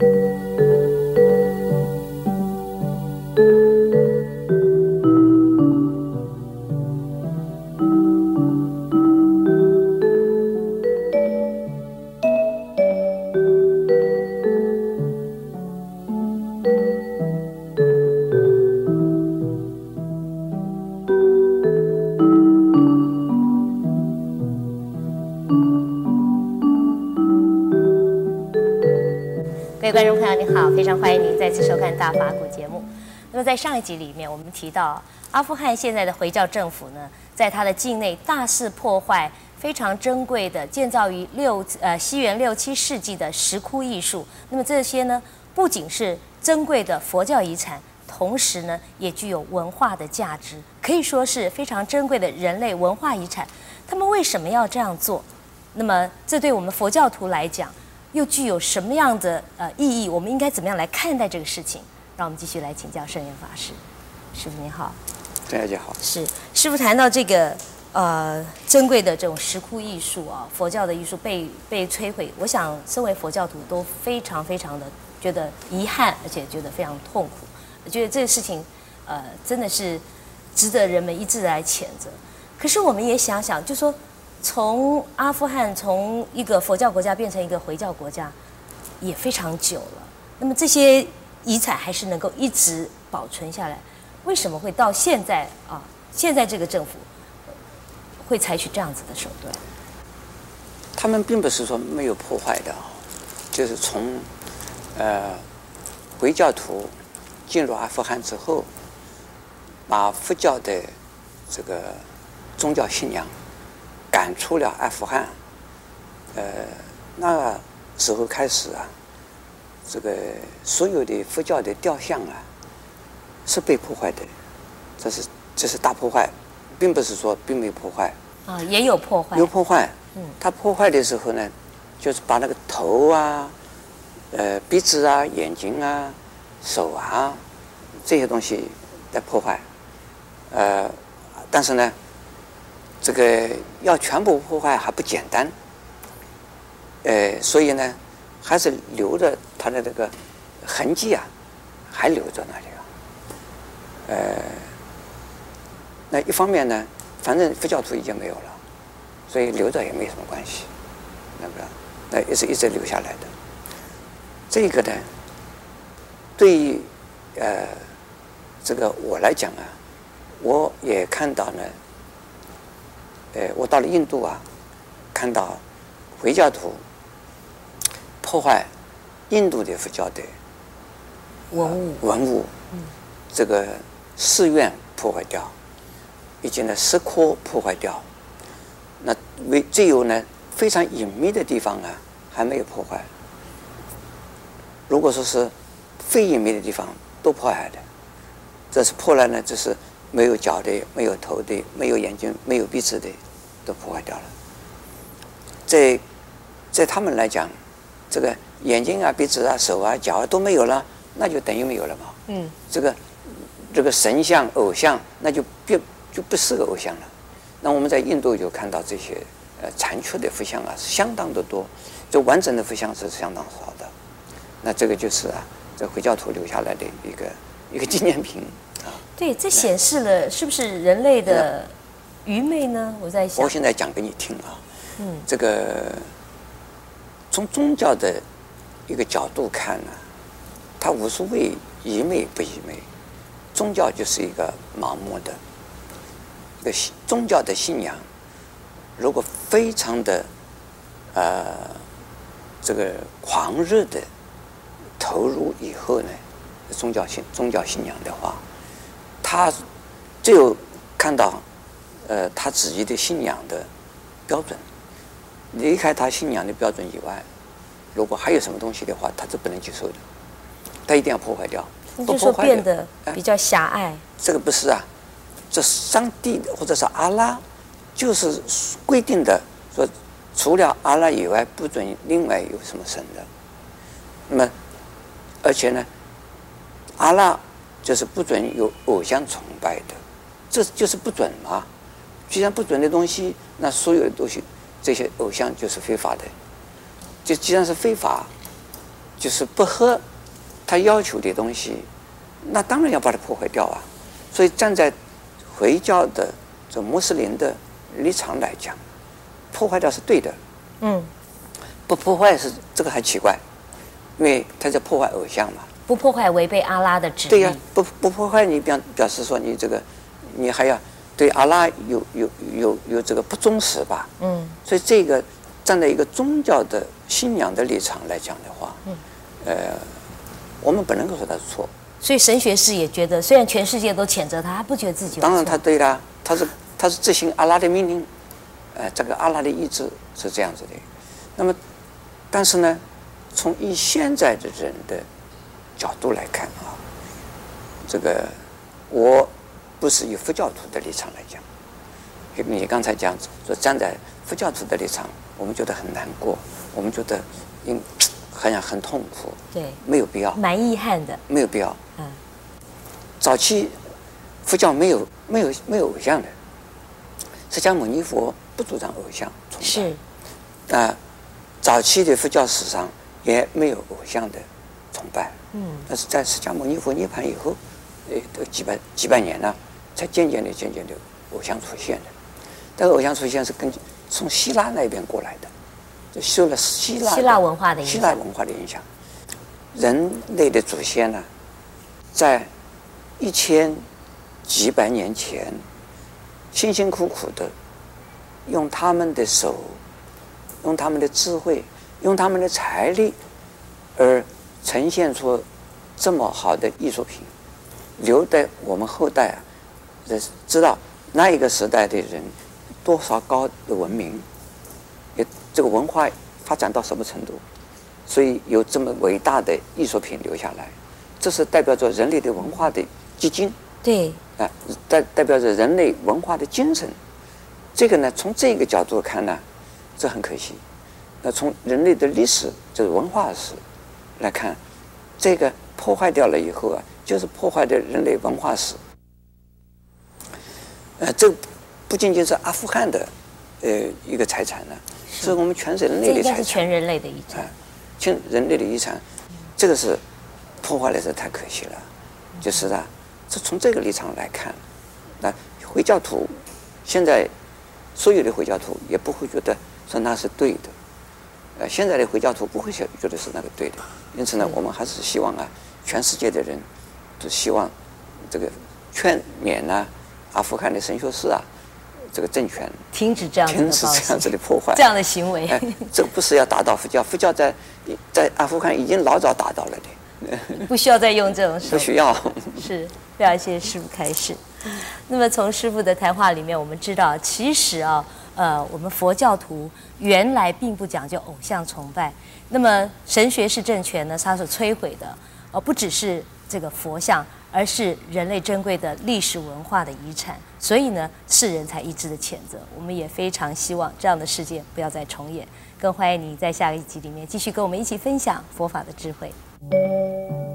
各位观众朋友，你好，非常欢迎您再次收看《大法古》节目。那么在上一集里面，我们提到阿富汗现在的回教政府呢，在它的境内大肆破坏非常珍贵的建造于西元6、7世纪的石窟艺术。那么这些呢，不仅是珍贵的佛教遗产，同时呢，也具有文化的价值，可以说是非常珍贵的人类文化遗产。他们为什么要这样做？那么这对我们佛教徒来讲，又具有什么样的意义？我们应该怎么样来看待这个事情？让我们继续来请教圣严法师。师父您好。 大家好。 是师父谈到这个珍贵的这种石窟艺术啊，佛教的艺术被摧毁，我想身为佛教徒都非常非常的觉得遗憾，而且觉得非常痛苦。我觉得这个事情真的是值得人们一致来谴责。可是我们也想想，就说从阿富汗从一个佛教国家变成一个回教国家，也非常久了。那么这些遗产还是能够一直保存下来，为什么会到现在啊？现在这个政府会采取这样子的手段？ 他们并不是说没有破坏的，就是从回教徒进入阿富汗之后，把佛教的这个宗教信仰赶出了阿富汗。那时候开始啊，这个所有的佛教的雕像啊是被破坏的，这是大破坏，并不是说并没有破坏啊，也有破坏， 有破坏。他破坏的时候呢，就是把那个头啊、鼻子啊、眼睛啊、手啊这些东西在破坏。但是呢，这个要全部破坏还不简单。所以呢，还是留着它的这个痕迹啊，还留在那里啊。那一方面呢，反正佛教徒已经没有了，所以留着也没什么关系，那也是一直留下来的。这个呢，对于这个我来讲啊，我也看到呢，我到了印度啊，看到回教徒破坏印度的佛教的文物，这个寺院破坏掉，以及呢石窟破坏掉，那只有呢非常隐秘的地方啊还没有破坏。如果说是非隐秘的地方都破坏的，这是破坏呢，这是没有脚的、没有头的、没有眼睛、没有鼻子的都破坏掉了。在他们来讲，这个眼睛啊、鼻子啊、手啊、脚啊都没有了，那就等于没有了嘛。这个神像、偶像，那就不是个偶像了。那我们在印度就看到这些残缺的佛像啊，相当的多，就完整的佛像是相当少的。那这个就是啊，这回教徒留下来的一个纪念品啊。 对，这显示了是不是人类的愚昧呢？我在想。 我现在讲给你听啊。这个从宗教的一个角度看呢，它无所谓愚昧不愚昧，宗教就是一个盲目的一个宗教的信仰，如果非常的这个狂热的投入以后呢，宗教信仰的话，他只有看到他自己的信仰的标准。离开他信仰的标准以外，如果还有什么东西的话，他是不能接受的，他一定要破坏掉。 那就是说变得比较狭隘。 这个不是啊，这上帝或者是阿拉，就是规定的说，除了阿拉以外，不准另外有什么神的。那么，而且呢，阿拉就是不准有偶像崇拜的，这就是不准嘛。既然不准的东西，那所有的东西。这些偶像就是非法的，就既然是非法， 就是不合他要求的东西，那当然要把它破坏掉啊。所以站在回教的这穆斯林的立场来讲，破坏掉是对的。不破坏是这个还奇怪，因为他在破坏偶像嘛。 不破坏违背阿拉的旨意。 对呀，不破坏你表示说你这个，你还要对阿拉有这个不忠实吧？所以这个站在一个宗教的信仰的立场来讲的话，我们不能够说他是错。 所以神学士也觉得，虽然全世界都谴责他，他不觉得自己有错。 当然他对啦，他是执行阿拉的命令，这个阿拉的意志是这样子的。那么，但是呢，从以现在的人的角度来看啊，这个我不是以佛教徒的立场来讲。你刚才讲说站在佛教徒的立场，我们觉得很难过，我们觉得很痛苦， 对， 没有必要， 蛮遗憾的， 没有必要。早期佛教没有偶像的，释迦牟尼佛不主张偶像崇拜， 是早期的佛教史上也没有偶像的崇拜，但是在释迦牟尼佛涅槃以后，都几百年了，才渐渐的偶像出现的。这个偶像出现是从希腊那边过来的，就受了希腊文化的影响。人类的祖先呢，在1000几百年前，辛辛苦苦的用他们的手，用他们的智慧，用他们的财力，而呈现出这么好的艺术品，留给我们后代知道那一个时代的人多少高的文明，这个文化发展到什么程度，所以有这么伟大的艺术品留下来，这是代表着人类的文化的基金。 对， 代表着人类文化的精神。这个呢，从这个角度看呢，这很可惜。那从人类的历史，就是文化史来看，这个破坏掉了以后啊，就是破坏掉人类文化史。这不仅仅是阿富汗的一个财产呢，是我们全人类的财产。这应该是全人类的遗产。 全人类的遗产，这个是破坏的是太可惜了。就是啊，是从这个立场来看，那回教徒现在所有的回教徒也不会觉得说那是对的。现在的回教徒不会觉得是那个对的。因此呢，我们还是希望啊，全世界的人都希望这个劝勉啊，阿富汗的神学士啊，这个政权停止这样子的破坏， 这样的行为。 这不是要打倒佛教，佛教在阿富汗已经老早打倒了的， 不需要再用这种手。 不需要。 是，非常谢谢师父开示。那么从师父的谈话里面，我们知道，其实啊，我们佛教徒原来并不讲究偶像崇拜。那么神学士政权呢，它所摧毁的，不只是这个佛像，而是人类珍贵的历史文化的遗产。所以呢，世人才一致的谴责。我们也非常希望这样的事件不要再重演。更欢迎你在下一集里面继续跟我们一起分享佛法的智慧。